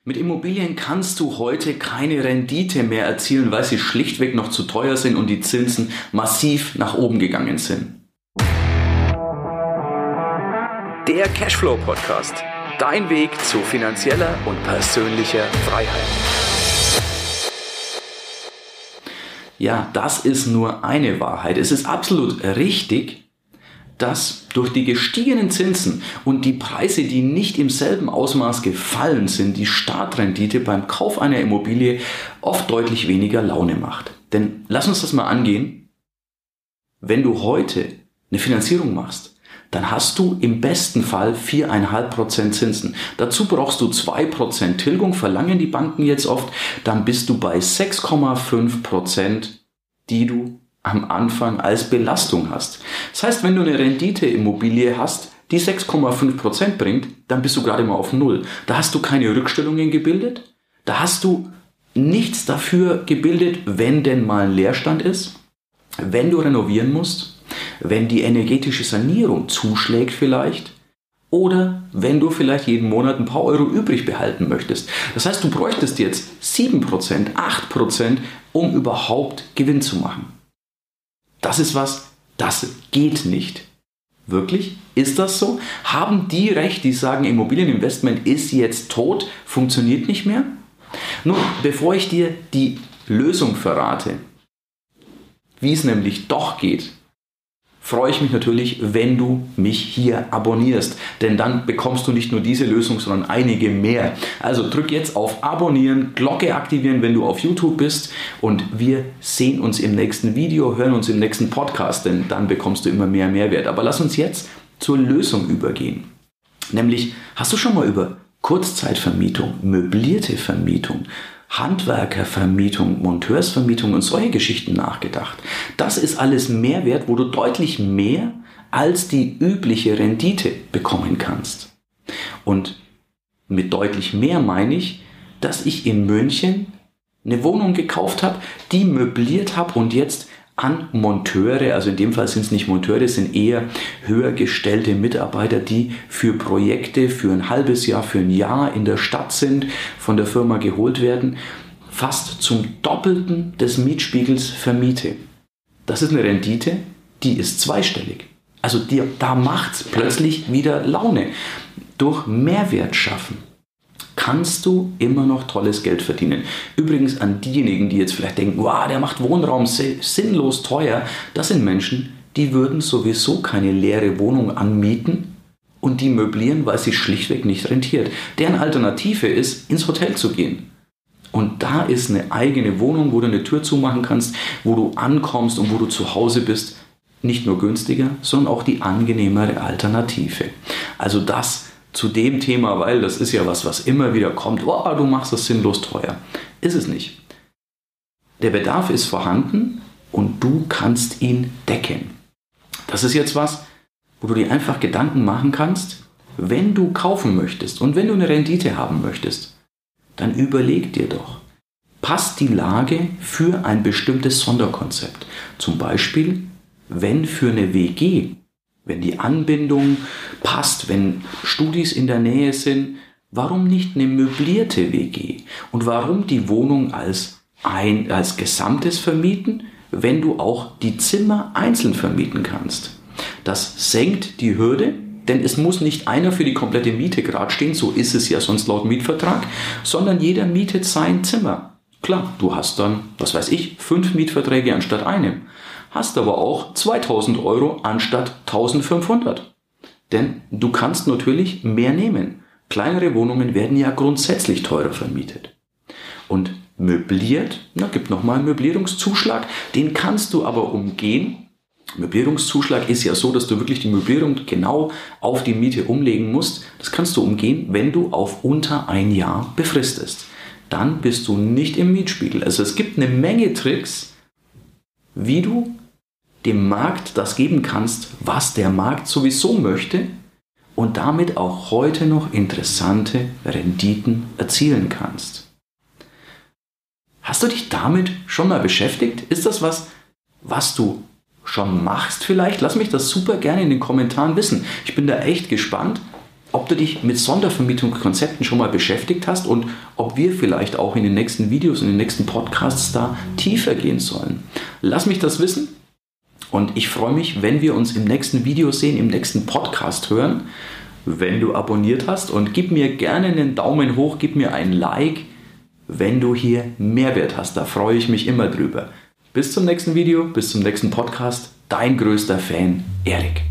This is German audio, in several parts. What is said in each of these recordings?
Mit Immobilien kannst du heute keine Rendite mehr erzielen, weil sie schlichtweg noch zu teuer sind und die Zinsen massiv nach oben gegangen sind. Der Cashflow Podcast. Dein Weg zu finanzieller und persönlicher Freiheit. Ja, das ist nur eine Wahrheit. Es ist absolut richtig, dass durch die gestiegenen Zinsen und die Preise, die nicht im selben Ausmaß gefallen sind, die Startrendite beim Kauf einer Immobilie oft deutlich weniger Laune macht. Denn lass uns das mal angehen. Wenn du heute eine Finanzierung machst, dann hast du im besten Fall 4,5% Zinsen. Dazu brauchst du 2% Tilgung, verlangen die Banken jetzt oft. Dann bist du bei 6,5%, die du am Anfang als Belastung hast. Das heißt, wenn du eine Renditeimmobilie hast, die 6,5% bringt, dann bist du gerade mal auf Null. Da hast du keine Rückstellungen gebildet. Da hast du nichts dafür gebildet, wenn denn mal ein Leerstand ist, wenn du renovieren musst, wenn die energetische Sanierung zuschlägt vielleicht oder wenn du vielleicht jeden Monat ein paar Euro übrig behalten möchtest. Das heißt, du bräuchtest jetzt 7%, 8%, um überhaupt Gewinn zu machen. Das ist was, das geht nicht. Wirklich? Ist das so? Haben die recht, die sagen, Immobilieninvestment ist jetzt tot, funktioniert nicht mehr? Nun, bevor ich dir die Lösung verrate, wie es nämlich doch geht, freue ich mich natürlich, wenn du mich hier abonnierst, denn dann bekommst du nicht nur diese Lösung, sondern einige mehr. Also drück jetzt auf Abonnieren, Glocke aktivieren, wenn du auf YouTube bist und wir sehen uns im nächsten Video, hören uns im nächsten Podcast, denn dann bekommst du immer mehr Mehrwert. Aber lass uns jetzt zur Lösung übergehen. Nämlich, hast du schon mal über Kurzzeitvermietung, möblierte Vermietung, Handwerkervermietung, Monteursvermietung und solche Geschichten nachgedacht? Das ist alles Mehrwert, wo du deutlich mehr als die übliche Rendite bekommen kannst. Und mit deutlich mehr meine ich, dass ich in München eine Wohnung gekauft habe, die möbliert habe und jetzt an Monteure, also in dem Fall sind es nicht Monteure, es sind eher höher gestellte Mitarbeiter, die für Projekte für ein halbes Jahr, für ein Jahr in der Stadt sind, von der Firma geholt werden, fast zum Doppelten des Mietspiegels vermiete. Das ist eine Rendite, die ist zweistellig. Also da macht es plötzlich wieder Laune. Durch Mehrwert schaffen kannst du immer noch tolles Geld verdienen. Übrigens an diejenigen, die jetzt vielleicht denken, wow, der macht Wohnraum sinnlos teuer. Das sind Menschen, die würden sowieso keine leere Wohnung anmieten und die möblieren, weil sie schlichtweg nicht rentiert. Deren Alternative ist, ins Hotel zu gehen. Und da ist eine eigene Wohnung, wo du eine Tür zumachen kannst, wo du ankommst und wo du zu Hause bist, nicht nur günstiger, sondern auch die angenehmere Alternative. Also das zu dem Thema, weil das ist ja was immer wieder kommt, oh, du machst das sinnlos teuer. Ist es nicht. Der Bedarf ist vorhanden und du kannst ihn decken. Das ist jetzt was, wo du dir einfach Gedanken machen kannst, wenn du kaufen möchtest und wenn du eine Rendite haben möchtest, dann überleg dir doch, passt die Lage für ein bestimmtes Sonderkonzept? Zum Beispiel, wenn für eine WG, wenn die Anbindung passt, wenn Studis in der Nähe sind, warum nicht eine möblierte WG? Und warum die Wohnung als Gesamtes vermieten, wenn du auch die Zimmer einzeln vermieten kannst? Das senkt die Hürde, denn es muss nicht einer für die komplette Miete gerade stehen, so ist es ja sonst laut Mietvertrag, sondern jeder mietet sein Zimmer. Klar, du hast dann, 5 Mietverträge anstatt einem. Hast aber auch 2.000 Euro anstatt 1.500. Denn du kannst natürlich mehr nehmen. Kleinere Wohnungen werden ja grundsätzlich teurer vermietet. Und möbliert, gibt nochmal einen Möblierungszuschlag, den kannst du aber umgehen. Möblierungszuschlag ist ja so, dass du wirklich die Möblierung genau auf die Miete umlegen musst. Das kannst du umgehen, wenn du auf unter ein Jahr befristest. Dann bist du nicht im Mietspiegel. Also es gibt eine Menge Tricks, wie du dem Markt das geben kannst, was der Markt sowieso möchte und damit auch heute noch interessante Renditen erzielen kannst. Hast du dich damit schon mal beschäftigt? Ist das was du schon machst vielleicht? Lass mich das super gerne in den Kommentaren wissen. Ich bin da echt gespannt, ob du dich mit Sondervermietungskonzepten schon mal beschäftigt hast und ob wir vielleicht auch in den nächsten Videos, in den nächsten Podcasts da tiefer gehen sollen. Lass mich das wissen und ich freue mich, wenn wir uns im nächsten Video sehen, im nächsten Podcast hören, wenn du abonniert hast, und gib mir gerne einen Daumen hoch, gib mir ein Like, wenn du hier Mehrwert hast. Da freue ich mich immer drüber. Bis zum nächsten Video, bis zum nächsten Podcast. Dein größter Fan, Erik.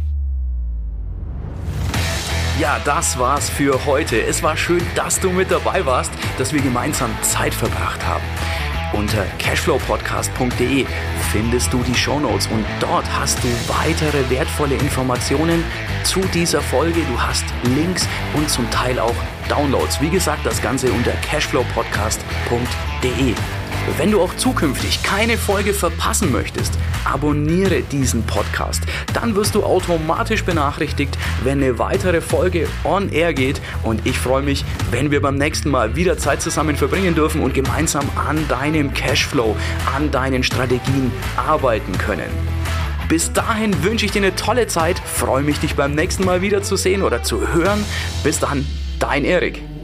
Ja, das war's für heute. Es war schön, dass du mit dabei warst, dass wir gemeinsam Zeit verbracht haben. Unter cashflowpodcast.de findest du die Shownotes und dort hast du weitere wertvolle Informationen zu dieser Folge. Du hast Links und zum Teil auch Downloads. Wie gesagt, das Ganze unter cashflowpodcast.de. Wenn du auch zukünftig keine Folge verpassen möchtest, abonniere diesen Podcast. Dann wirst du automatisch benachrichtigt, wenn eine weitere Folge on air geht. Und ich freue mich, wenn wir beim nächsten Mal wieder Zeit zusammen verbringen dürfen und gemeinsam an deinem Cashflow, an deinen Strategien arbeiten können. Bis dahin wünsche ich dir eine tolle Zeit, freue mich, dich beim nächsten Mal wieder zu sehen oder zu hören. Bis dann, dein Erik.